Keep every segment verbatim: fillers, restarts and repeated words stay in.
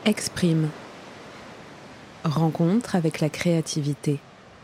Exprime. Rencontre avec la créativité.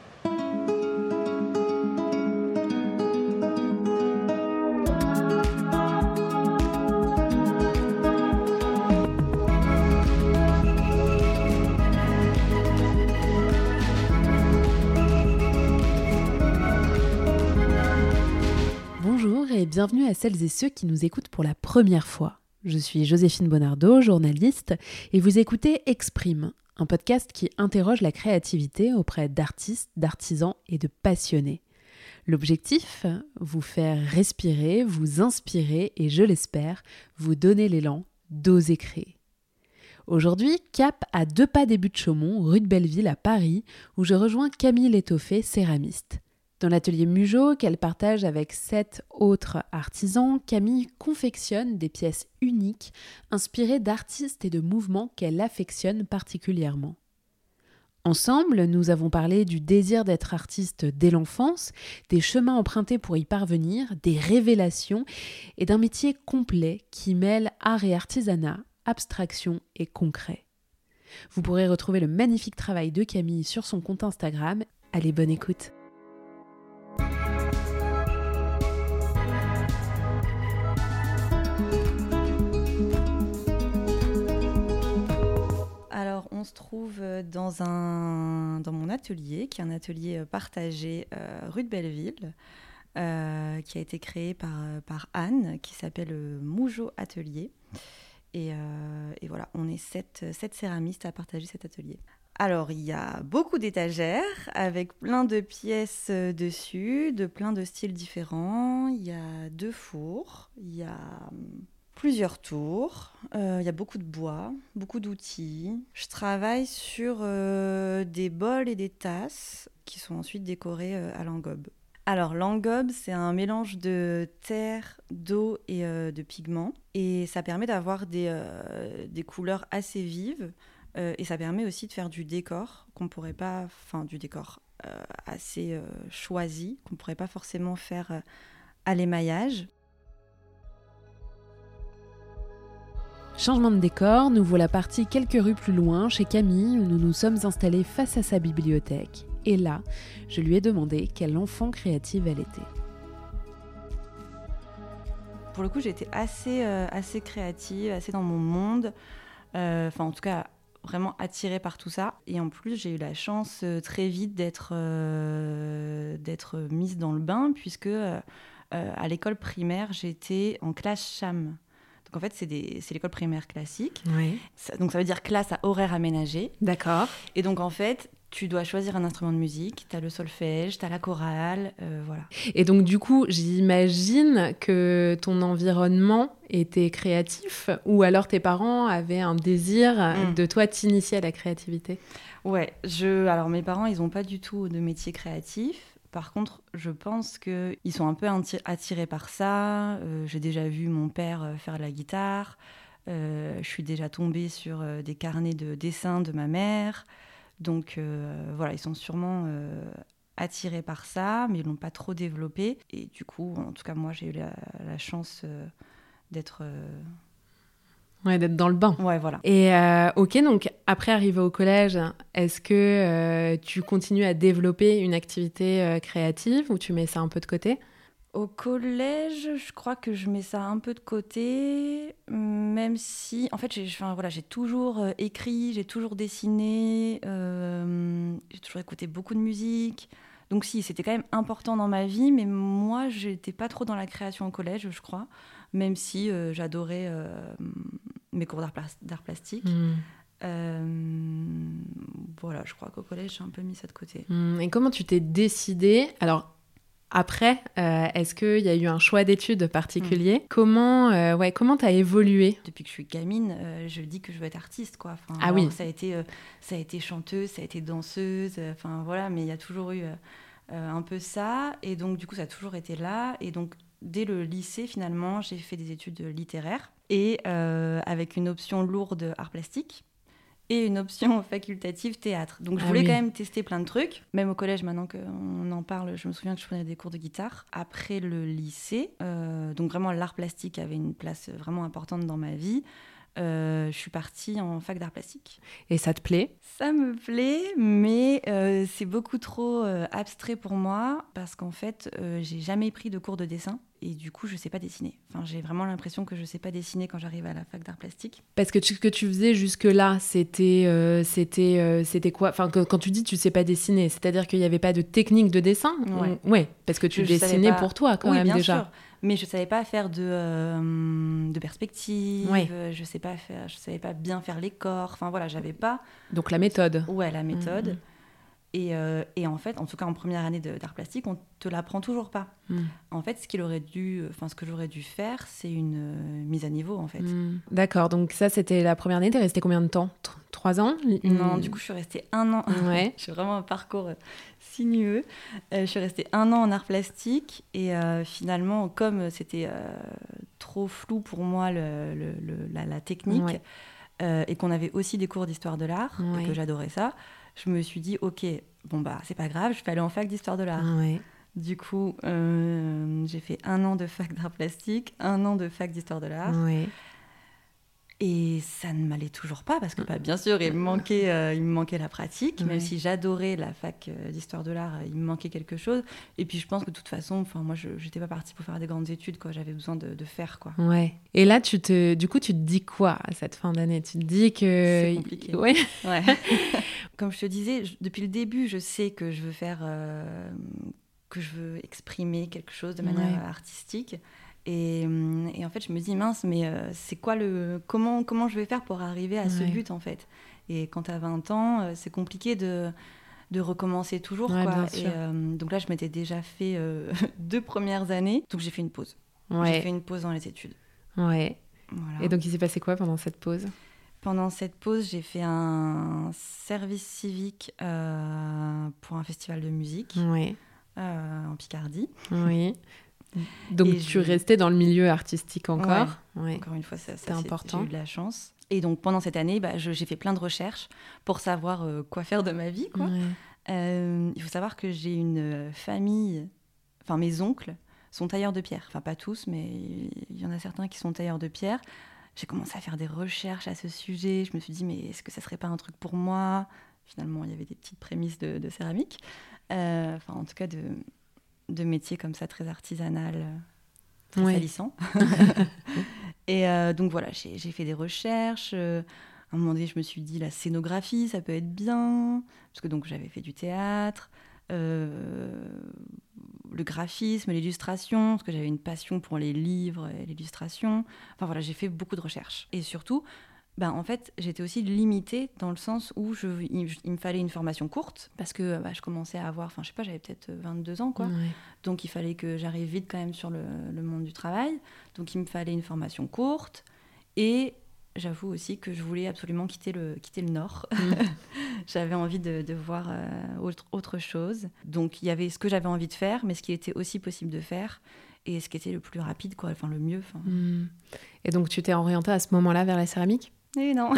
Bonjour et bienvenue à celles et ceux qui nous écoutent pour la première fois. Je suis Joséphine Bonardo, journaliste, et vous écoutez Exprime, un podcast qui interroge la créativité auprès d'artistes, d'artisans et de passionnés. L'objectif, vous faire respirer, vous inspirer et, je l'espère, vous donner l'élan d'oser créer. Aujourd'hui, cap à deux pas des Buttes-Chaumont, rue de Belleville à Paris, où je rejoins Camille Létoffé, céramiste. Dans l'atelier Mujo, qu'elle partage avec sept autres artisans, Camille confectionne des pièces uniques, inspirées d'artistes et de mouvements qu'elle affectionne particulièrement. Ensemble, nous avons parlé du désir d'être artiste dès l'enfance, des chemins empruntés pour y parvenir, des révélations et d'un métier complet qui mêle art et artisanat, abstraction et concret. Vous pourrez retrouver le magnifique travail de Camille sur son compte Instagram. Allez, bonne écoute! Alors, on se trouve dans, un, dans mon atelier, qui est un atelier partagé euh, rue de Belleville, euh, qui a été créé par, par Anne, qui s'appelle Mujo Atelier. Et, euh, et voilà, on est sept, sept céramistes à partager cet atelier. Alors, il y a beaucoup d'étagères avec plein de pièces dessus, de plein de styles différents. Il y a deux fours, il y a plusieurs tours, euh, il y a beaucoup de bois, beaucoup d'outils. Je travaille sur euh, des bols et des tasses qui sont ensuite décorés euh, à l'engobe. Alors, l'engobe, c'est un mélange de terre, d'eau et euh, de pigments. Et ça permet d'avoir des, euh, des couleurs assez vives. Euh, et ça permet aussi de faire du décor qu'on pourrait pas, enfin du décor euh, assez euh, choisi, qu'on pourrait pas forcément faire euh, à l'émaillage. Changement de décor, nous voilà partis quelques rues plus loin, chez Camille, où nous nous sommes installés face à sa bibliothèque. Et là, je lui ai demandé quelle enfant créative elle était. Pour le coup, j'étais assez, euh, assez créative, assez dans mon monde. Euh, enfin, en tout cas, vraiment attirée par tout ça. Et en plus, j'ai eu la chance euh, très vite d'être, euh, d'être mise dans le bain, puisque euh, à l'école primaire, j'étais en classe CHAM. Donc en fait, c'est, des, c'est l'école primaire classique. Oui. Ça, donc ça veut dire classe à horaire aménagé. D'accord. Et donc en fait, tu dois choisir un instrument de musique. Tu as le solfège, tu as la chorale, euh, voilà. Et donc du coup, j'imagine que ton environnement était créatif, ou alors tes parents avaient un désir mmh. de toi t'initier à la créativité. Ouais, je, alors mes parents, ils n'ont pas du tout de métier créatif. Par contre, je pense qu'ils sont un peu attirés par ça. Euh, j'ai déjà vu mon père faire de la guitare. Euh, je suis déjà tombée sur euh, des carnets de dessins de ma mère. Donc euh, voilà, ils sont sûrement euh, attirés par ça, mais ils ne l'ont pas trop développé. Et du coup, en tout cas, moi, j'ai eu la, la chance euh, d'être... Euh... Ouais, d'être dans le bain. Ouais, voilà. Et euh, ok, donc après arriver au collège, est-ce que euh, tu continues à développer une activité euh, créative ou tu mets ça un peu de côté ? Au collège, je crois que je mets ça un peu de côté, même si, en fait, j'ai, enfin, voilà, j'ai toujours euh, écrit, j'ai toujours dessiné, euh, j'ai toujours écouté beaucoup de musique. Donc si, c'était quand même important dans ma vie, mais moi, je n'étais pas trop dans la création au collège, je crois, même si euh, j'adorais euh, mes cours d'art, plas- d'art plastique. Mmh. Euh, voilà, je crois qu'au collège, j'ai un peu mis ça de côté. Mmh. Et comment tu t'es décidée ? Alors, après, euh, est-ce qu'il y a eu un choix d'études particulier ? mmh. Comment euh, ouais, comment t'as évolué ? Depuis que je suis gamine, euh, je dis que je veux être artiste, quoi. Enfin, ah alors, oui. Ça a été, euh, ça a été chanteuse, ça a été danseuse, enfin euh, voilà, mais il y a toujours eu euh, euh, un peu ça. Et donc, du coup, ça a toujours été là. Et donc, dès le lycée, finalement, j'ai fait des études littéraires et euh, avec une option lourde art plastique. Et une option facultative théâtre. Donc je voulais ah oui. quand même tester plein de trucs. Même au collège, maintenant qu'on en parle, je me souviens que je prenais des cours de guitare. Après le lycée, euh, donc vraiment l'art plastique avait une place vraiment importante dans ma vie. euh, je suis partie en fac d'art plastique. Et ça te plaît ? Ça me plaît, mais euh, c'est beaucoup trop euh, abstrait pour moi parce qu'en fait, euh, j'ai jamais pris de cours de dessin et du coup, je sais pas dessiner. Enfin, j'ai vraiment l'impression que je sais pas dessiner quand j'arrive à la fac d'art plastique. Parce que ce que tu faisais jusque-là, c'était, euh, c'était, euh, c'était quoi ? Enfin, que, quand tu dis tu sais pas dessiner, c'est-à-dire qu'il n'y avait pas de technique de dessin ? Ouais. Ou... ouais, parce que tu Je- je savais dessinais pas- pour toi quand oui, même bien déjà. sûr. Mais je savais pas faire de, euh, de perspective, Ouais. euh, je sais pas faire, je savais pas bien faire les corps. Enfin voilà, j'avais pas Donc la méthode. ouais, la méthode. Mhm. Et, euh, et en fait, en tout cas en première année de- d'art plastique, on te l'apprend toujours pas. Mm. En fait, ce qu'il aurait dû, enfin ce que j'aurais dû faire, c'est une euh, mise à niveau en fait. Mm. D'accord, donc ça c'était la première année. T'es restée combien de temps ? Tr- Trois ans ? Une- Non, du coup, je suis restée un an. Ouais. J'ai vraiment un parcours euh, sinueux. Euh, je suis restée un an en art plastique et euh, finalement, comme c'était euh, trop flou pour moi le, le- le- la, la technique Ouais. euh, et qu'on avait aussi des cours d'histoire de l'art Ouais. et que j'adorais ça, je me suis dit ok, bon bah c'est pas grave, je vais aller en fac d'histoire de l'art. Ouais. Du coup, euh, j'ai fait un an de fac d'art plastique, un an de fac d'histoire de l'art. Ouais. Et ça ne m'allait toujours pas parce que, bah, bien sûr, il me manquait, euh, il me manquait la pratique. Ouais. Même si j'adorais la fac euh, d'histoire de l'art, euh, il me manquait quelque chose. Et puis, je pense que de toute façon, enfin, moi, je n'étais pas partie pour faire des grandes études, quoi. J'avais besoin de, de faire, quoi. Ouais. Et là, tu te, du coup, tu te dis quoi à cette fin d'année ? Tu te dis que C'est compliqué. Ouais. Ouais. Comme je te disais, je- depuis le début, je sais que je veux faire, euh, que je veux exprimer quelque chose de manière Ouais. euh, artistique. Et, hum, et en fait, je me dis, mince, mais euh, c'est quoi le... Comment, comment je vais faire pour arriver à ce Ouais. but, en fait ? Et quand tu as vingt ans, euh, c'est compliqué de, de recommencer toujours, Ouais, quoi. bien Et sûr. euh, donc là, je m'étais déjà fait euh, deux premières années. Donc j'ai fait une pause. J'ai Ouais. fait une pause dans les études. Ouais. Voilà. Et donc, il s'est passé quoi pendant cette pause ? Pendant cette pause, j'ai fait un service civique euh, pour un festival de musique Ouais. euh, en Picardie. Oui. Donc, Et tu je- restais dans le milieu artistique encore ? Ouais. Encore une fois, ça, ça, C'était c'est- important. j'ai eu de la chance. Et donc pendant cette année, bah, je- j'ai fait plein de recherches pour savoir euh, quoi faire de ma vie, quoi. Ouais. Euh, il faut savoir que j'ai une euh, famille, enfin mes oncles sont tailleurs de pierre. Enfin pas tous, mais il y en a certains qui sont tailleurs de pierre. J'ai commencé à faire des recherches à ce sujet. Je me suis dit, mais est-ce que ça serait pas un truc pour moi ? Finalement, il y avait des petites prémices de, de céramique. Euh, Enfin, en tout cas, de, de métiers comme ça, très artisanal, euh, très Ouais. salissant. Et euh, donc voilà, j'ai, j'ai fait des recherches. Euh, à un moment donné, je me suis dit, la scénographie, ça peut être bien. Parce que donc j'avais fait du théâtre. Euh, le graphisme, l'illustration, parce que j'avais une passion pour les livres et l'illustration. Enfin voilà, j'ai fait beaucoup de recherches. Et surtout, ben, en fait, j'étais aussi limitée dans le sens où je, il, il me fallait une formation courte, parce que bah, je commençais à avoir, enfin je sais pas, j'avais peut-être vingt-deux ans, quoi. Ouais. Donc il fallait que j'arrive vite quand même sur le, le monde du travail. Donc il me fallait une formation courte. Et j'avoue aussi que je voulais absolument quitter le, quitter le Nord. Mm. J'avais envie de, de voir euh, autre, autre chose. Donc il y avait ce que j'avais envie de faire, mais ce qui était aussi possible de faire. Et ce qui était le plus rapide, quoi, enfin le mieux. Enfin... Mm. Et donc, tu t'es orientée à ce moment-là vers la céramique ? Et non.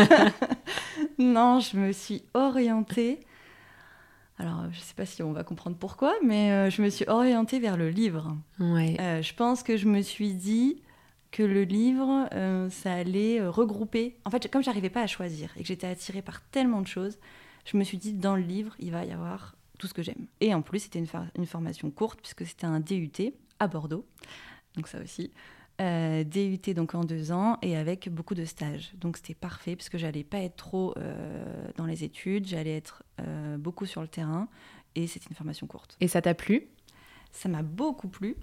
Non, je me suis orientée. Alors, je ne sais pas si on va comprendre pourquoi, mais euh, je me suis orientée vers le livre. Ouais. Euh, je pense que je me suis dit que le livre, euh, ça allait euh, regrouper. En fait, comme j'arrivais pas à choisir et que j'étais attirée par tellement de choses, je me suis dit, dans le livre, il va y avoir tout ce que j'aime. Et en plus, c'était une, fa- une formation courte, puisque c'était un D U T à Bordeaux. Donc ça aussi. Euh, D U T donc en deux ans et avec beaucoup de stages. Donc c'était parfait, parce que j'allais pas être trop euh, dans les études, j'allais être euh, beaucoup sur le terrain. Et c'était une formation courte. Et ça t'a plu ? Ça m'a beaucoup plu.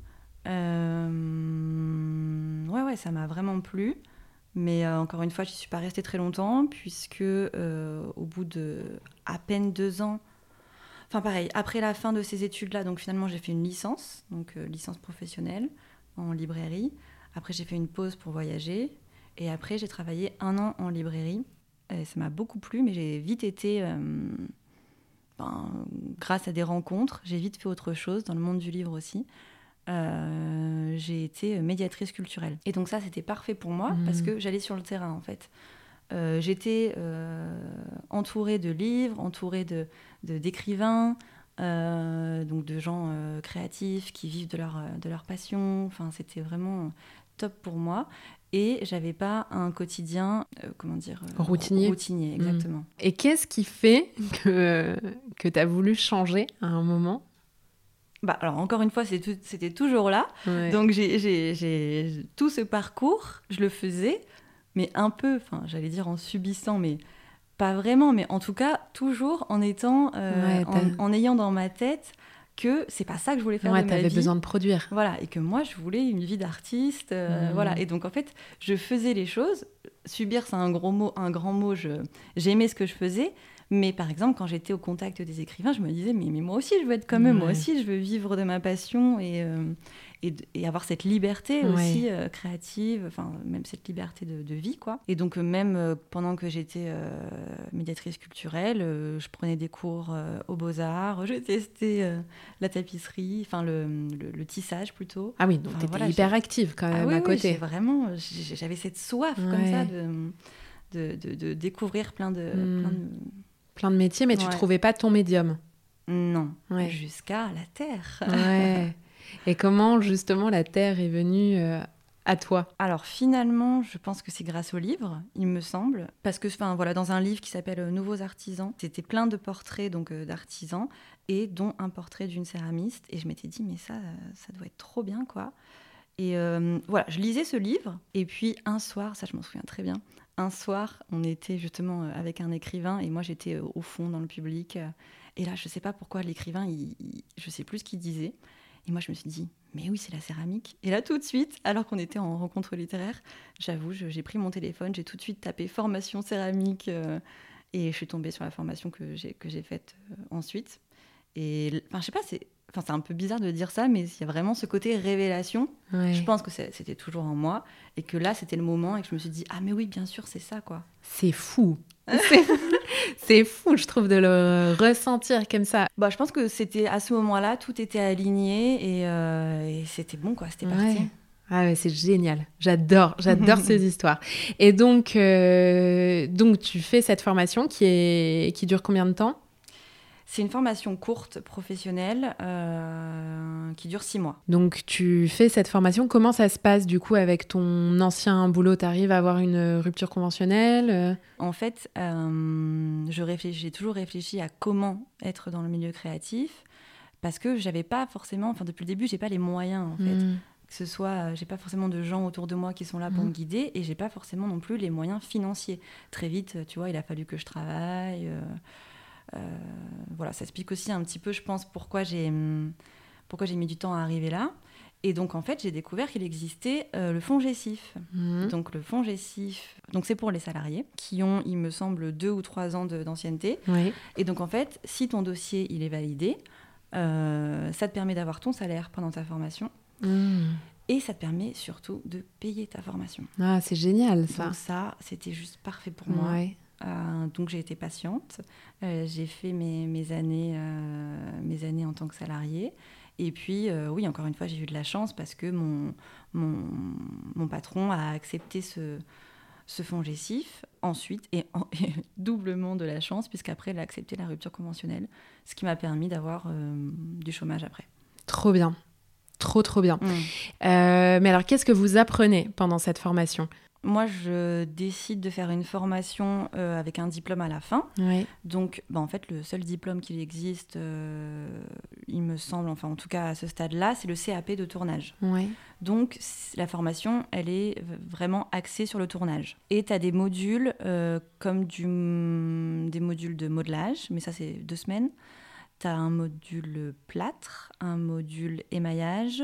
Euh... Ouais, ouais, ça m'a vraiment plu. Mais euh, encore une fois, je n'y suis pas restée très longtemps, puisque euh, au bout de à peine deux ans, enfin pareil, après la fin de ces études-là, donc finalement j'ai fait une licence, donc euh, licence professionnelle en librairie. Après j'ai fait une pause pour voyager, et après j'ai travaillé un an en librairie. Et ça m'a beaucoup plu, mais j'ai vite été... Euh... Ben, grâce à des rencontres, j'ai vite fait autre chose, dans le monde du livre aussi. Euh, j'ai été médiatrice culturelle. Et donc ça, c'était parfait pour moi, Mmh. parce que j'allais sur le terrain, en fait. Euh, j'étais euh, entourée de livres, entourée de, de, d'écrivains, euh, donc de gens euh, créatifs qui vivent de leur, de leur passion. Enfin, c'était vraiment top pour moi. et j'avais pas un quotidien, euh, comment dire euh, routinier. Routinier, exactement. Mmh. Et qu'est-ce qui fait que, que tu as voulu changer à un moment ? Bah, alors encore une fois, c'est tout, c'était toujours là. Ouais. Donc j'ai, j'ai, j'ai tout ce parcours, je le faisais, mais un peu, enfin j'allais dire en subissant, mais pas vraiment, mais en tout cas toujours en étant, euh, Ouais, en, en ayant dans ma tête que c'est pas ça que je voulais faire ouais, de ma vie. t'avais besoin de produire. Voilà, et que moi je voulais une vie d'artiste, euh, Mmh. voilà. Et donc en fait, je faisais les choses. Subir, c'est un gros mot, un grand mot. Je, j'aimais ce que je faisais. Mais par exemple, quand j'étais au contact des écrivains, je me disais, mais, mais moi aussi, je veux être comme eux, Ouais. moi aussi, je veux vivre de ma passion et, euh, et, et avoir cette liberté Ouais. aussi euh, créative, enfin, même cette liberté de, de vie, quoi. Et donc, euh, même euh, pendant que j'étais euh, médiatrice culturelle, euh, je prenais des cours euh, aux Beaux-Arts, je testais euh, la tapisserie, enfin, le, le, le tissage plutôt. Ah oui, donc Enfin, t'étais voilà, hyper j'ai... active quand même ah, oui, à oui, côté. j'ai vraiment, j'ai, j'avais cette soif Ouais. comme ça de, de, de, de découvrir plein de... Mmh. Plein de... Plein de métiers, mais Ouais. tu trouvais pas ton médium. Non, Ouais. jusqu'à la Terre. Ouais. Et comment justement la Terre est venue euh, à toi ? Alors finalement, je pense que c'est grâce au livre, il me semble, parce que enfin voilà, dans un livre qui s'appelle Nouveaux artisans, c'était plein de portraits donc euh, d'artisans et dont un portrait d'une céramiste, et je m'étais dit mais ça, ça doit être trop bien quoi. Et euh, voilà, je lisais ce livre, et puis un soir, ça je m'en souviens très bien, un soir, on était justement avec un écrivain, et moi j'étais au fond dans le public, et là je sais pas pourquoi l'écrivain, il, il, je sais plus ce qu'il disait, et moi je me suis dit, mais oui c'est la céramique. Et là tout de suite, alors qu'on était en rencontre littéraire, j'avoue, je, j'ai pris mon téléphone, j'ai tout de suite tapé formation céramique, euh, et je suis tombée sur la formation que j'ai, que j'ai faite euh, ensuite. Et enfin je sais pas, c'est... Enfin, c'est un peu bizarre de dire ça, mais il y a vraiment ce côté révélation. Ouais. Je pense que c'est, c'était toujours en moi. Et que là, c'était le moment et que je me suis dit, ah mais oui, bien sûr, c'est ça, quoi. C'est fou. c'est... c'est fou, je trouve, de le ressentir comme ça. Bah, je pense que c'était à ce moment-là, tout était aligné et, euh, et c'était bon, quoi. C'était Ouais. parti. Ah ouais, c'est génial. J'adore, j'adore ces histoires. Et donc, euh, donc, tu fais cette formation qui, est... qui dure combien de temps ? C'est une formation courte, professionnelle, euh, qui dure six mois. Donc, tu fais cette formation. Comment ça se passe, du coup, avec ton ancien boulot ? Tu arrives à avoir une rupture conventionnelle ? En fait, euh, je réfléchis, j'ai toujours réfléchi à comment être dans le milieu créatif, parce que j'avais pas forcément, enfin, depuis le début, j'ai pas les moyens, en fait. Mmh. Que ce soit, j'ai pas forcément de gens autour de moi qui sont là pour mmh. me guider, et j'ai pas forcément non plus les moyens financiers. Très vite, tu vois, il a fallu que je travaille... Euh, Euh, voilà, ça explique aussi un petit peu, je pense, pourquoi j'ai, pourquoi j'ai mis du temps à arriver là. Et donc, en fait, j'ai découvert qu'il existait euh, le fonds Gessif. Mmh. Donc, le fonds Gessif, donc c'est pour les salariés qui ont, il me semble, deux ou trois ans de, d'ancienneté. Oui. Et donc, en fait, si ton dossier, il est validé, euh, ça te permet d'avoir ton salaire pendant ta formation. Mmh. Et ça te permet surtout de payer ta formation. Ah, c'est génial, ça. Donc ça, c'était juste parfait pour moi. Ouais. Euh, donc j'ai été patiente, euh, j'ai fait mes, mes, années, euh, mes années en tant que salariée. Et puis, euh, oui, encore une fois, j'ai eu de la chance parce que mon, mon, mon patron a accepté ce, ce fonds Gessif. Ensuite, et, en, et doublement de la chance, puisqu'après, elle a accepté la rupture conventionnelle, ce qui m'a permis d'avoir euh, du chômage après. Trop bien. Trop, trop bien. Mmh. Euh, mais alors, qu'est-ce que vous apprenez pendant cette formation ? Moi, je décide de faire une formation euh, avec un diplôme à la fin. Oui. Donc, bah, en fait, le seul diplôme qui existe, euh, il me semble, enfin en tout cas à ce stade-là, c'est le C A P de tournage. Oui. Donc, la formation, elle est vraiment axée sur le tournage. Et tu as des modules euh, comme du, des modules de modelage, mais ça, c'est deux semaines. Tu as un module plâtre, un module émaillage,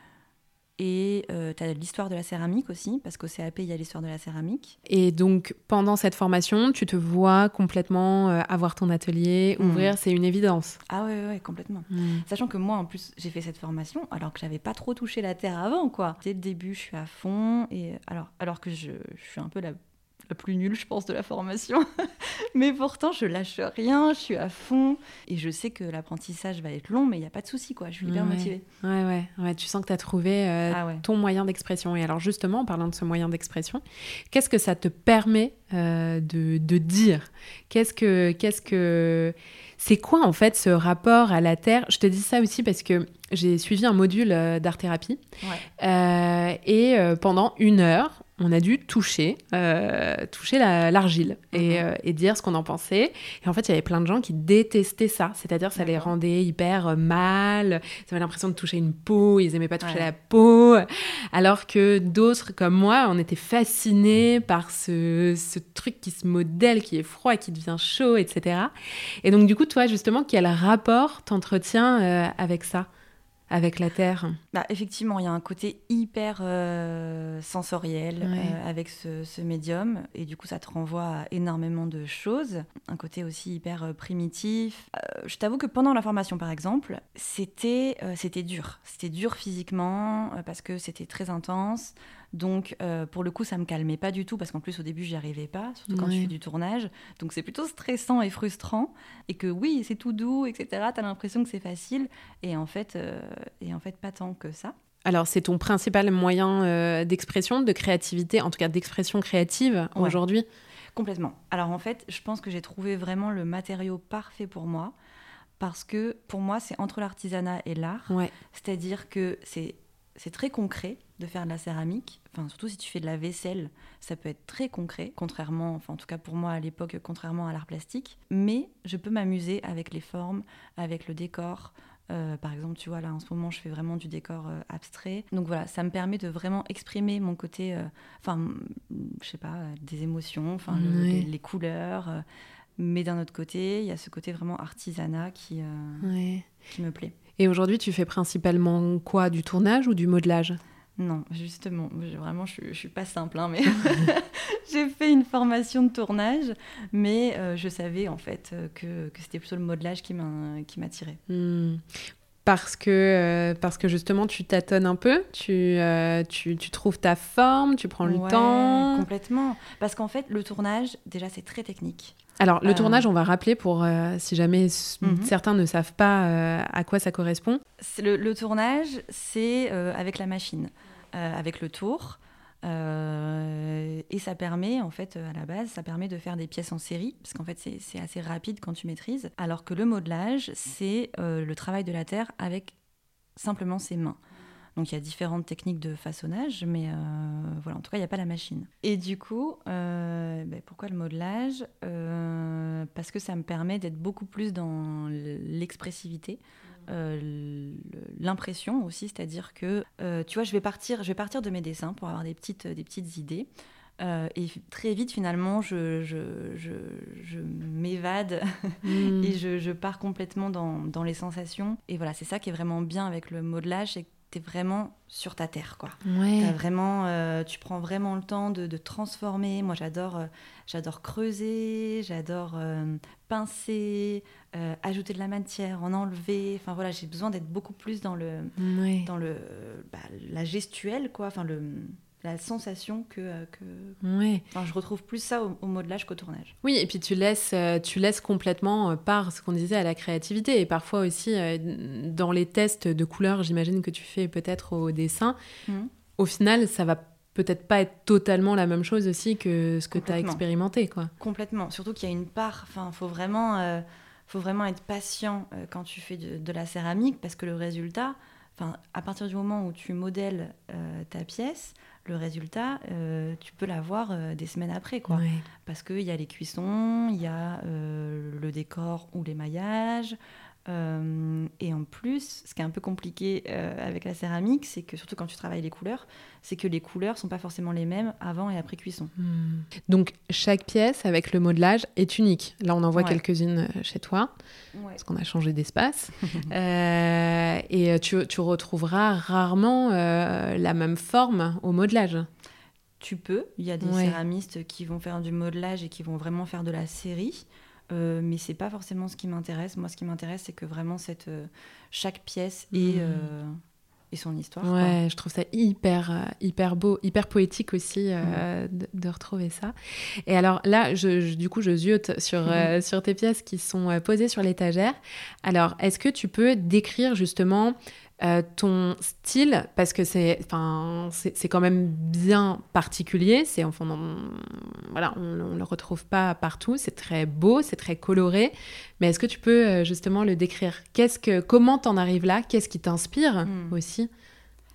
et euh, tu as l'histoire de la céramique aussi, parce qu'au C A P, il y a l'histoire de la céramique. Et donc, pendant cette formation, tu te vois complètement euh, avoir ton atelier, ouvrir, mmh. c'est une évidence. Ah ouais, ouais, complètement. Mmh. Sachant que moi, en plus, j'ai fait cette formation alors que j'avais pas trop touché la terre avant, quoi. Dès le début, je suis à fond, et alors, alors que je, je suis un peu la... la plus nulle, je pense, de la formation. Mais pourtant, je lâche rien, je suis à fond. Et je sais que l'apprentissage va être long, mais il n'y a pas de souci, quoi. Je suis hyper ouais. motivée. Ouais, ouais, ouais. Tu sens que tu as trouvé euh, ah ouais. ton moyen d'expression. Et alors, justement, en parlant de ce moyen d'expression, qu'est-ce que ça te permet euh, de, de dire ? Qu'est-ce que... Qu'est-ce que... C'est quoi, en fait, ce rapport à la terre ? Je te dis ça aussi parce que j'ai suivi un module euh, d'art-thérapie. Ouais. Euh, et euh, pendant une heure, on a dû toucher, euh, toucher la, l'argile et, euh, et dire ce qu'on en pensait. Et en fait, il y avait plein de gens qui détestaient ça. C'est-à-dire ça D'accord. les rendait hyper mal. Ils avaient l'impression de toucher une peau. Ils n'aimaient pas toucher ouais. la peau. Alors que d'autres, comme moi, on était fascinés par ce, ce truc qui se modèle, qui est froid et qui devient chaud, et cetera. Et donc, du coup, toi, justement, quel rapport t'entretiens euh, avec ça ? Avec la terre. Bah, effectivement, il y a un côté hyper euh, sensoriel ouais. euh, avec ce, ce médium. Et du coup, ça te renvoie à énormément de choses. Un côté aussi hyper euh, primitif. Euh, je t'avoue que pendant la formation, par exemple, c'était, euh, c'était dur. C'était dur physiquement euh, parce que c'était très intense. Donc, euh, pour le coup, ça me calmait pas du tout parce qu'en plus, au début, j'y arrivais pas, surtout quand ouais. tu fais du tournage. Donc, c'est plutôt stressant et frustrant. Et que oui, c'est tout doux, et cetera. T'as l'impression que c'est facile. Et en fait, euh, et en fait pas tant que ça. Alors, c'est ton principal moyen euh, d'expression, de créativité, en tout cas d'expression créative ouais. aujourd'hui ? Complètement. Alors, en fait, je pense que j'ai trouvé vraiment le matériau parfait pour moi. Parce que, pour moi, c'est entre l'artisanat et l'art. Ouais. C'est-à-dire que c'est... C'est très concret de faire de la céramique, enfin, surtout si tu fais de la vaisselle, ça peut être très concret, contrairement, enfin en tout cas pour moi à l'époque, contrairement à l'art plastique. Mais je peux m'amuser avec les formes, avec le décor. Euh, par exemple, tu vois, là en ce moment, je fais vraiment du décor euh, abstrait. Donc voilà, ça me permet de vraiment exprimer mon côté, enfin, euh, je sais pas, euh, des émotions, enfin oui. les, les couleurs. Euh, mais d'un autre côté, il y a ce côté vraiment artisanat qui, euh, oui. qui me plaît. Et aujourd'hui, tu fais principalement quoi ? Du tournage ou du modelage ? Non, justement, vraiment, je ne suis pas simple, hein, mais j'ai fait une formation de tournage, mais euh, je savais en fait que, que c'était plutôt le modelage qui, m'a, qui m'attirait. Mmh. Parce que, euh, parce que justement, tu tâtonnes un peu, tu, euh, tu, tu trouves ta forme, tu prends le ouais, temps. Complètement. Parce qu'en fait, le tournage, déjà, c'est très technique. Alors, le euh... tournage, on va rappeler pour euh, si jamais mm-hmm. certains ne savent pas euh, à quoi ça correspond. C'est le, le tournage, c'est euh, avec la machine, euh, avec le tour. Euh, et ça permet, en fait, à la base, ça permet de faire des pièces en série, parce qu'en fait, c'est, c'est assez rapide quand tu maîtrises. Alors que le modelage, c'est euh, le travail de la terre avec simplement ses mains. Donc, il y a différentes techniques de façonnage, mais euh, voilà, en tout cas, il n'y a pas la machine. Et du coup, euh, ben, pourquoi le modelage ? euh, Parce que ça me permet d'être beaucoup plus dans l'expressivité, euh, l'impression aussi, c'est-à-dire que, euh, tu vois, je vais partir, je vais partir de mes dessins pour avoir des petites, des petites idées. Euh, et très vite, finalement, je, je, je, je m'évade mmh. et je, je pars complètement dans, dans les sensations. Et voilà, c'est ça qui est vraiment bien avec le modelage, c'est que t'es vraiment sur ta terre, quoi. Ouais. T'as vraiment, euh, tu prends vraiment le temps de, de transformer. Moi, j'adore, euh, j'adore creuser, j'adore euh, pincer, euh, ajouter de la matière, en enlever. Enfin voilà, j'ai besoin d'être beaucoup plus dans le, ouais. dans le, bah, la gestuelle, quoi. Enfin le la sensation que, que... Ouais. Enfin, je retrouve plus ça au, au modelage qu'au tournage. Oui, et puis tu laisses, tu laisses complètement part, ce qu'on disait, à la créativité. Et parfois aussi, dans les tests de couleurs, j'imagine que tu fais peut-être au dessin, mmh. au final, ça va peut-être pas être totalement la même chose aussi que ce que tu as expérimenté, quoi. Complètement. Surtout qu'il y a une part... Enfin, il faut vraiment, euh, faut vraiment être patient euh, quand tu fais de, de la céramique, parce que le résultat... Enfin, à partir du moment où tu modèles euh, ta pièce... Le résultat, euh, tu peux l'avoir euh, des semaines après, quoi. Ouais. Parce qu'il y a les cuissons, il y a euh, le décor ou l'émaillage. Euh, et en plus, ce qui est un peu compliqué euh, avec la céramique, c'est que, surtout quand tu travailles les couleurs, c'est que les couleurs ne sont pas forcément les mêmes avant et après cuisson. Mmh. Donc, chaque pièce avec le modelage est unique. Là, on en voit ouais. quelques-unes chez toi, ouais. parce qu'on a changé d'espace. euh, et tu, tu retrouveras rarement euh, la même forme au modelage. Tu peux. Il y a des ouais. céramistes qui vont faire du modelage et qui vont vraiment faire de la série. Euh, mais c'est pas forcément ce qui m'intéresse. Moi, ce qui m'intéresse, c'est que vraiment cette, euh, chaque pièce mmh. ait, euh, ait son histoire. Ouais, quoi. je trouve ça hyper, euh, hyper beau, hyper poétique aussi euh, mmh. de, de retrouver ça. Et alors là, je, je, du coup, je ziote sur, mmh. euh, sur tes pièces qui sont euh, posées sur l'étagère. Alors, est-ce que tu peux décrire justement Euh, ton style, parce que c'est, c'est, c'est quand même bien particulier, c'est, enfin, on, voilà, on ne le retrouve pas partout, c'est très beau, c'est très coloré, mais est-ce que tu peux euh, justement le décrire ? Qu'est-ce que, comment t'en arrives là ? Qu'est-ce qui t'inspire mmh. aussi ?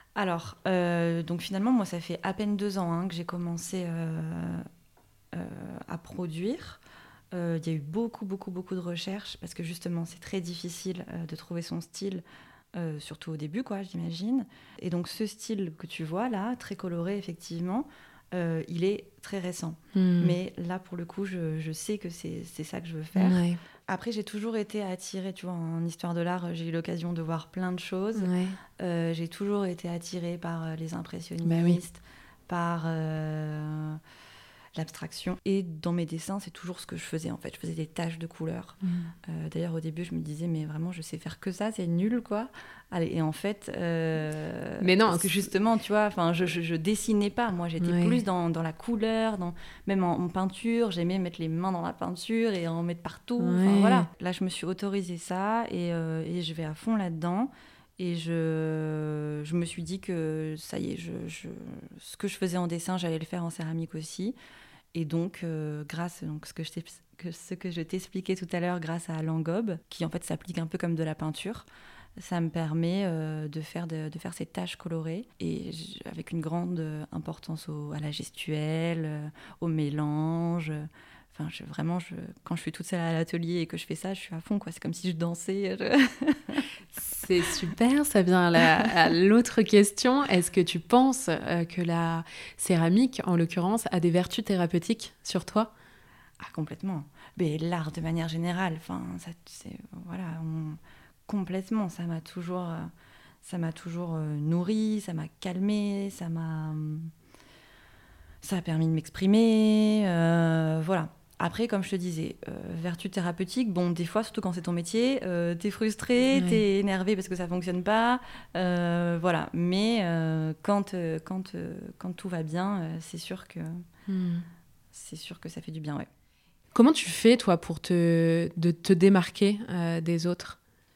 Alors, euh, donc finalement, moi, ça fait à peine deux ans hein, que j'ai commencé euh, euh, à produire. Euh, Il y a eu beaucoup, beaucoup, beaucoup de recherches parce que justement, c'est très difficile euh, de trouver son style, euh, surtout au début, quoi, j'imagine. Et donc, ce style que tu vois là, très coloré, effectivement, euh, il est très récent. Mmh. Mais là, pour le coup, je, je sais que c'est, c'est ça que je veux faire. Ouais. Après, j'ai toujours été attirée, tu vois, en histoire de l'art, j'ai eu l'occasion de voir plein de choses. Ouais. Euh, j'ai toujours été attirée par euh, les impressionnistes, Bah oui. par euh, l'abstraction. Et dans mes dessins, c'est toujours ce que je faisais en fait. Je faisais des taches de couleurs. Mmh. Euh, d'ailleurs, au début, je me disais, mais vraiment, je sais faire que ça, c'est nul quoi. Allez, et en fait, euh, Mais non, parce que justement, tu vois, je, je, je dessinais pas. Moi, j'étais ouais. plus dans, dans la couleur, dans, même en, en peinture. J'aimais mettre les mains dans la peinture et en mettre partout. Enfin, Ouais. voilà. Là, je me suis autorisée ça et, euh, et je vais à fond là-dedans. Et je, je me suis dit que ça y est, je, je, ce que je faisais en dessin, j'allais le faire en céramique aussi. Et donc, euh, grâce donc ce que je que ce que je t'expliquais tout à l'heure, grâce à l'engobe, qui en fait s'applique un peu comme de la peinture, ça me permet euh, de, faire de, de faire ces taches colorées et j- avec une grande importance au, à la gestuelle, euh, au mélange. Enfin, je, vraiment, je, quand je suis toute seule à l'atelier et que je fais ça, je suis à fond, quoi. C'est comme si je dansais. Je... C'est super, ça vient à, la, à l'autre question. Est-ce que tu penses euh, que la céramique, en l'occurrence, a des vertus thérapeutiques sur toi ? Ah, complètement. Mais l'art, de manière générale, enfin, ça, c'est, voilà, on, complètement. Ça m'a toujours, euh, ça m'a toujours euh, nourri, ça m'a calmé, ça m'a, ça a permis de m'exprimer, euh, voilà. Après, comme je te disais, euh, vertu thérapeutique, bon, des fois, surtout quand c'est ton métier, euh, t'es frustré, Ouais. t'es énervé parce que ça fonctionne pas, euh, voilà. Mais euh, quand, euh, quand, euh, quand tout va bien, euh, c'est sûr que, Hmm. c'est sûr que ça fait du bien, ouais. Comment tu fais, toi, pour te, de te démarquer euh, des autres ?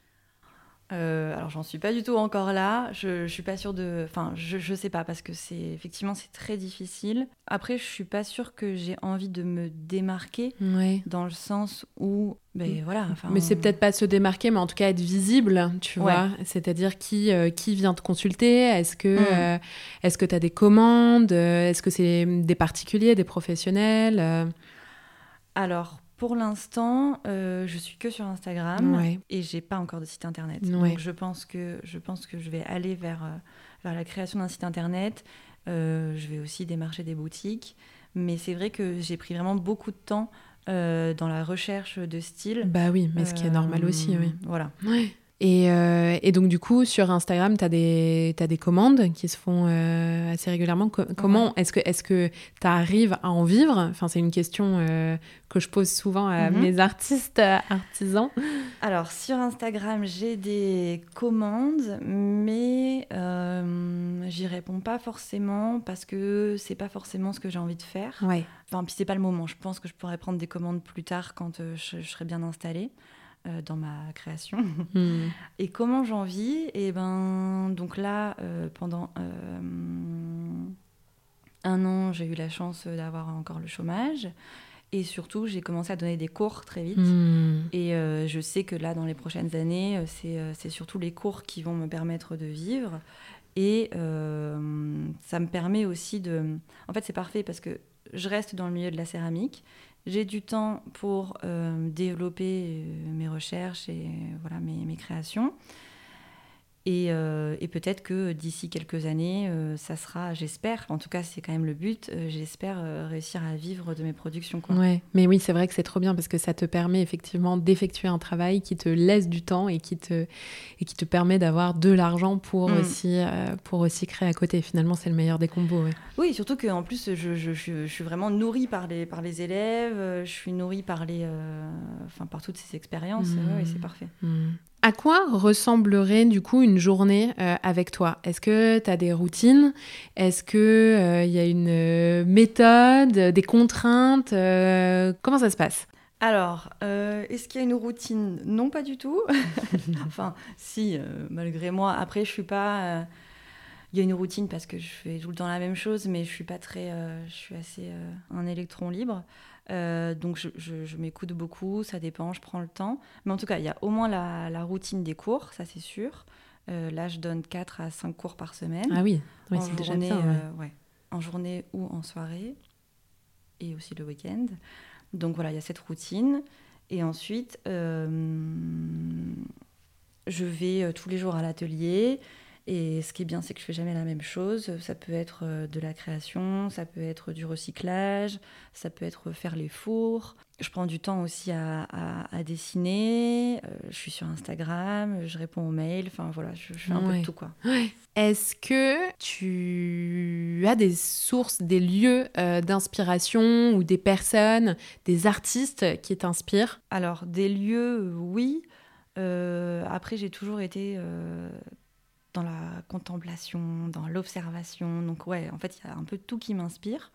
Euh, alors j'en suis pas du tout encore là, je, je suis pas sûre de... Enfin, je, je sais pas, parce que c'est effectivement c'est très difficile. Après, je suis pas sûre que j'ai envie de me démarquer, Ouais. dans le sens où... Ben voilà, enfin... Mais c'est peut-être pas se démarquer, mais en tout cas être visible, tu Ouais. vois. C'est-à-dire qui, euh, qui vient te consulter ? Est-ce que Mm. euh, est-ce que tu as des commandes ? Est-ce que c'est des particuliers, des professionnels ? euh Alors, pour l'instant, euh, je suis que sur Instagram, Ouais. et j'ai pas encore de site internet. Ouais. Donc je pense que je pense que je vais aller vers, euh, vers la création d'un site internet. Euh, je vais aussi démarcher des boutiques. Mais c'est vrai que j'ai pris vraiment beaucoup de temps euh, dans la recherche de style. Bah oui, mais ce qui est normal aussi, oui. Voilà. Ouais. Et, euh, et donc, du coup, sur Instagram, tu as des, t'as des commandes qui se font euh, assez régulièrement. Co- comment Ouais. est-ce que est-ce que tu arrives à en vivre ? Enfin, c'est une question euh, que je pose souvent à Mhm. mes artistes euh, artisans. Alors, sur Instagram, j'ai des commandes, mais euh, j'y réponds pas forcément parce que c'est pas forcément ce que j'ai envie de faire. Ouais. Enfin, puis c'est pas le moment. Je pense que je pourrais prendre des commandes plus tard quand euh, je, je serai bien installée euh, dans ma création. Hmm. Et comment j'en vis ? Et ben, donc là, euh, pendant euh, un an, j'ai eu la chance d'avoir encore le chômage. Et surtout, j'ai commencé à donner des cours très vite. Hmm. Et euh, je sais que là, dans les prochaines années, euh, c'est, euh, c'est surtout les cours qui vont me permettre de vivre. Et euh, ça me permet aussi de... En fait, c'est parfait parce que je reste dans le milieu de la céramique. J'ai du temps pour euh, développer euh, mes recherches et voilà, mes, mes créations. Et, euh, et peut-être que d'ici quelques années, euh, ça sera, j'espère, en tout cas c'est quand même le but, euh, j'espère euh, réussir à vivre de mes productions, quoi. Ouais, mais oui, c'est vrai que c'est trop bien parce que ça te permet effectivement d'effectuer un travail qui te laisse du temps et qui te, et qui te permet d'avoir de l'argent pour, Mm. aussi, euh, pour aussi créer à côté. Finalement, c'est le meilleur des combos. Ouais. Oui, surtout qu'en plus, je, je, je, je suis vraiment nourrie par les, par les élèves, euh, je suis nourrie par, les, euh, enfin, par toutes ces expériences, Mmh. euh, ouais, et c'est parfait. Mmh. À quoi ressemblerait du coup une journée euh, avec toi ? Est-ce que tu as des routines ? Est-ce qu'il euh, y a une euh, méthode, des contraintes ? euh, Comment ça se passe ? Alors, euh, est-ce qu'il y a une routine ? Non, pas du tout. Enfin, si, euh, malgré moi. Après, je suis pas... euh, Il y a une routine parce que je fais tout le temps la même chose, mais je suis pas très... euh, je suis assez euh, un électron libre. Euh, donc, je, je, je m'écoute beaucoup, ça dépend, je prends le temps. Mais en tout cas, il y a au moins la, la routine des cours, ça c'est sûr. Euh, là, je donne quatre à cinq cours par semaine. Ah oui, oui en c'est déjà journée, bien. Ouais. euh, ouais, en journée ou en soirée, et aussi le week-end. Donc voilà, il y a cette routine. Et ensuite, euh, je vais euh, tous les jours à l'atelier. Et ce qui est bien, c'est que je fais jamais la même chose. Ça peut être euh, de la création, ça peut être du recyclage, ça peut être faire les fours. Je prends du temps aussi à, à, à dessiner. Euh, je suis sur Instagram, je réponds aux mails. Enfin voilà, je, je fais un Ouais. peu de tout, quoi. Ouais. Est-ce que tu as des sources, des lieux euh, d'inspiration ou des personnes, des artistes qui t'inspirent ? Alors, des lieux, oui. Euh, après, j'ai toujours été euh, dans la contemplation, dans l'observation. Donc, ouais, en fait, il y a un peu tout qui m'inspire.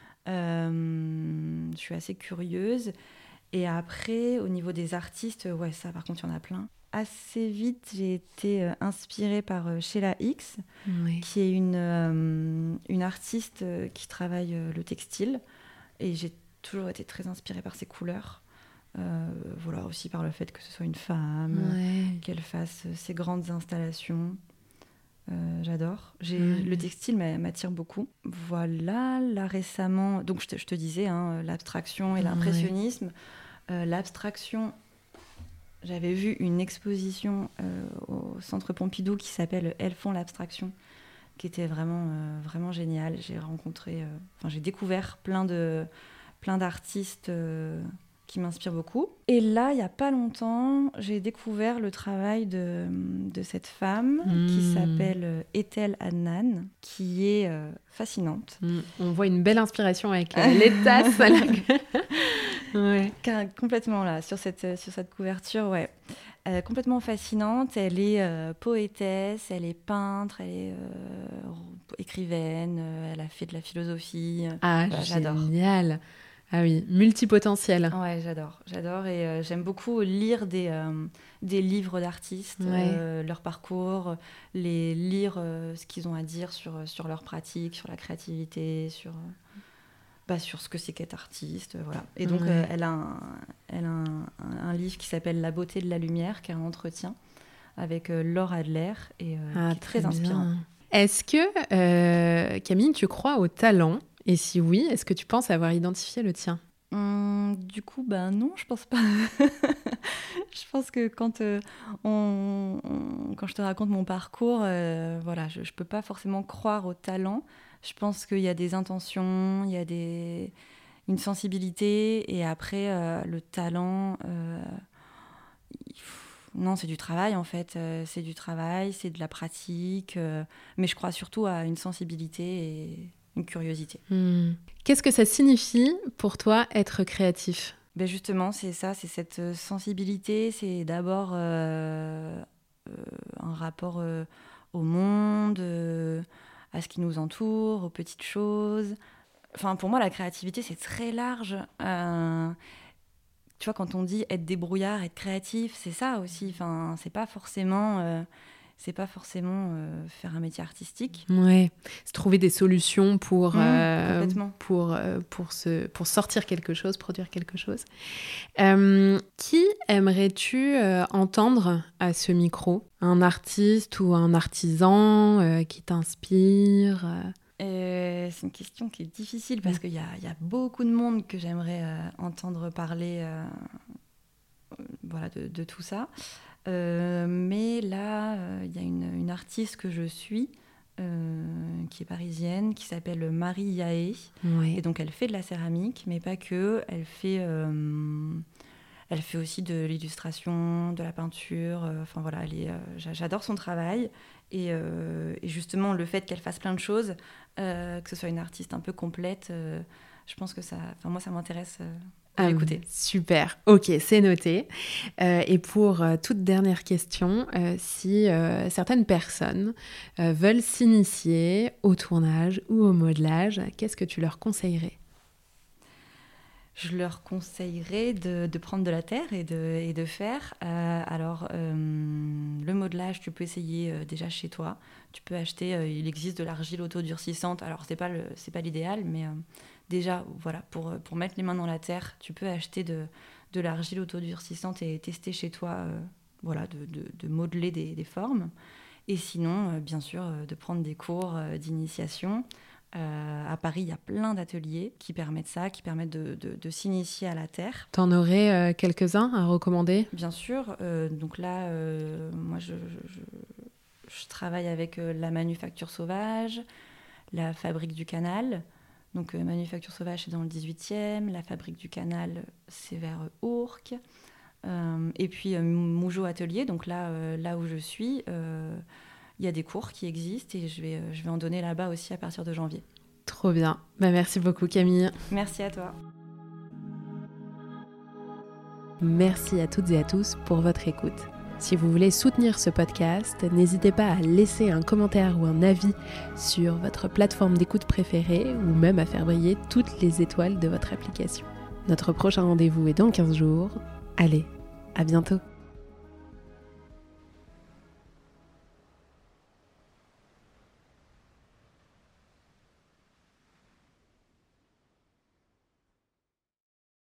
Euh, je suis assez curieuse. Et après, au niveau des artistes, ouais, ça, par contre, il y en a plein. Assez vite, j'ai été euh, inspirée par euh, Sheila Hicks, Oui. qui est une, euh, une artiste euh, qui travaille euh, le textile. Et j'ai toujours été très inspirée par ses couleurs. Euh, voilà, aussi par le fait que ce soit une femme, Ouais. euh, qu'elle fasse ses grandes installations. Euh, j'adore. J'ai, Ouais. Le textile m'attire beaucoup. Voilà, là récemment, donc je te, je te disais, hein, l'abstraction et l'impressionnisme. Ouais. Euh, l'abstraction, j'avais vu une exposition euh, au Centre Pompidou qui s'appelle Elles font l'abstraction, qui était vraiment, euh, vraiment géniale. J'ai rencontré, euh, enfin j'ai découvert plein de, plein d'artistes euh, qui m'inspirent beaucoup. Et là, il n'y a pas longtemps, j'ai découvert le travail de, de cette femme mmh. qui s'appelle Ethel Adnan, qui est euh, fascinante. Mmh. On voit une belle inspiration avec euh, les tasses. Ouais. Complètement là, sur cette, sur cette couverture, ouais. Euh, complètement fascinante. Elle est euh, poétesse, elle est peintre, elle est euh, écrivaine, euh, elle a fait de la philosophie. Ah, voilà, génial. Ah oui, multipotentiel. Ouais, j'adore, j'adore et euh, j'aime beaucoup lire des, euh, des livres d'artistes, ouais. euh, leur parcours, les lire euh, ce qu'ils ont à dire sur, sur leur pratique, sur la créativité, sur, bah, sur ce que c'est qu'être artiste, voilà. Et donc, ouais. euh, elle a, un, elle a un, un, un livre qui s'appelle La beauté de la lumière, qui est un entretien avec euh, Laure Adler et euh, ah, qui est très, très inspirant. Est-ce que, euh, Camille, tu crois au talent ? Et si oui, est-ce que tu penses avoir identifié le tien ? Hum, du coup, ben non, je pense pas. Je pense que quand, euh, on, on, quand je te raconte mon parcours, euh, voilà, je ne peux pas forcément croire au talent. Je pense qu'il y a des intentions, il y a des, une sensibilité, et après, euh, le talent, euh, non, c'est du travail en fait. Euh, c'est du travail, c'est de la pratique, euh, mais je crois surtout à une sensibilité et une curiosité. Mmh. Qu'est-ce que ça signifie pour toi être créatif ? Ben justement, c'est ça, c'est cette sensibilité, c'est d'abord euh, euh, un rapport euh, au monde, euh, à ce qui nous entoure, aux petites choses. Enfin, pour moi, la créativité, c'est très large. Euh, tu vois, quand on dit être débrouillard, être créatif, c'est ça aussi. Enfin, c'est pas forcément... Euh, c'est pas forcément euh, faire un métier artistique. Ouais, c'est trouver des solutions pour, mmh, euh, pour, euh, pour, se, pour sortir quelque chose, produire quelque chose. Euh, qui aimerais-tu euh, entendre à ce micro ? Un artiste ou un artisan euh, qui t'inspire euh... Euh, c'est une question qui est difficile parce mmh. qu'il y a, y a beaucoup de monde que j'aimerais euh, entendre parler euh, voilà, de, de tout ça. Euh, mais là, il euh, y a une, une artiste que je suis, euh, qui est parisienne, qui s'appelle Marie Yaé. Oui. Et donc, elle fait de la céramique, mais pas que. Elle fait, euh, elle fait aussi de l'illustration, de la peinture. Enfin, euh, voilà, elle est, euh, j'adore son travail. Et, euh, et justement, le fait qu'elle fasse plein de choses, euh, que ce soit une artiste un peu complète, euh, je pense que ça... Enfin, moi, ça m'intéresse... Euh, Ah, écoutez. Super, ok, c'est noté. Euh, et pour euh, toute dernière question, euh, si euh, certaines personnes euh, veulent s'initier au tournage ou au modelage, qu'est-ce que tu leur conseillerais ? Je leur conseillerais de, de prendre de la terre et de, et de faire. Euh, alors, euh, le modelage, tu peux essayer euh, déjà chez toi. Tu peux acheter, euh, il existe de l'argile autodurcissante. Alors, ce n'est pas, pas l'idéal, mais euh, déjà, voilà, pour, pour mettre les mains dans la terre, tu peux acheter de, de l'argile autodurcissante et tester chez toi, euh, voilà, de, de, de modeler des, des formes. Et sinon, euh, bien sûr, euh, de prendre des cours euh, d'initiation. Euh, à Paris, il y a plein d'ateliers qui permettent ça, qui permettent de, de, de s'initier à la terre. T'en aurais euh, quelques-uns à recommander ? Bien sûr. Euh, donc là, euh, moi, je, je, je travaille avec euh, la Manufacture Sauvage, la Fabrique du Canal. Donc euh, Manufacture Sauvage, c'est dans le dix-huitième. La Fabrique du Canal, c'est vers euh, Ourcq. Euh, et puis euh, Mougeot Atelier. Donc là, euh, là où je suis... Euh, il y a des cours qui existent et je vais, je vais en donner là-bas aussi à partir de janvier. Trop bien. Bah, merci beaucoup Camille. Merci à toi. Merci à toutes et à tous pour votre écoute. Si vous voulez soutenir ce podcast, n'hésitez pas à laisser un commentaire ou un avis sur votre plateforme d'écoute préférée ou même à faire briller toutes les étoiles de votre application. Notre prochain rendez-vous est dans quinze jours. Allez, à bientôt.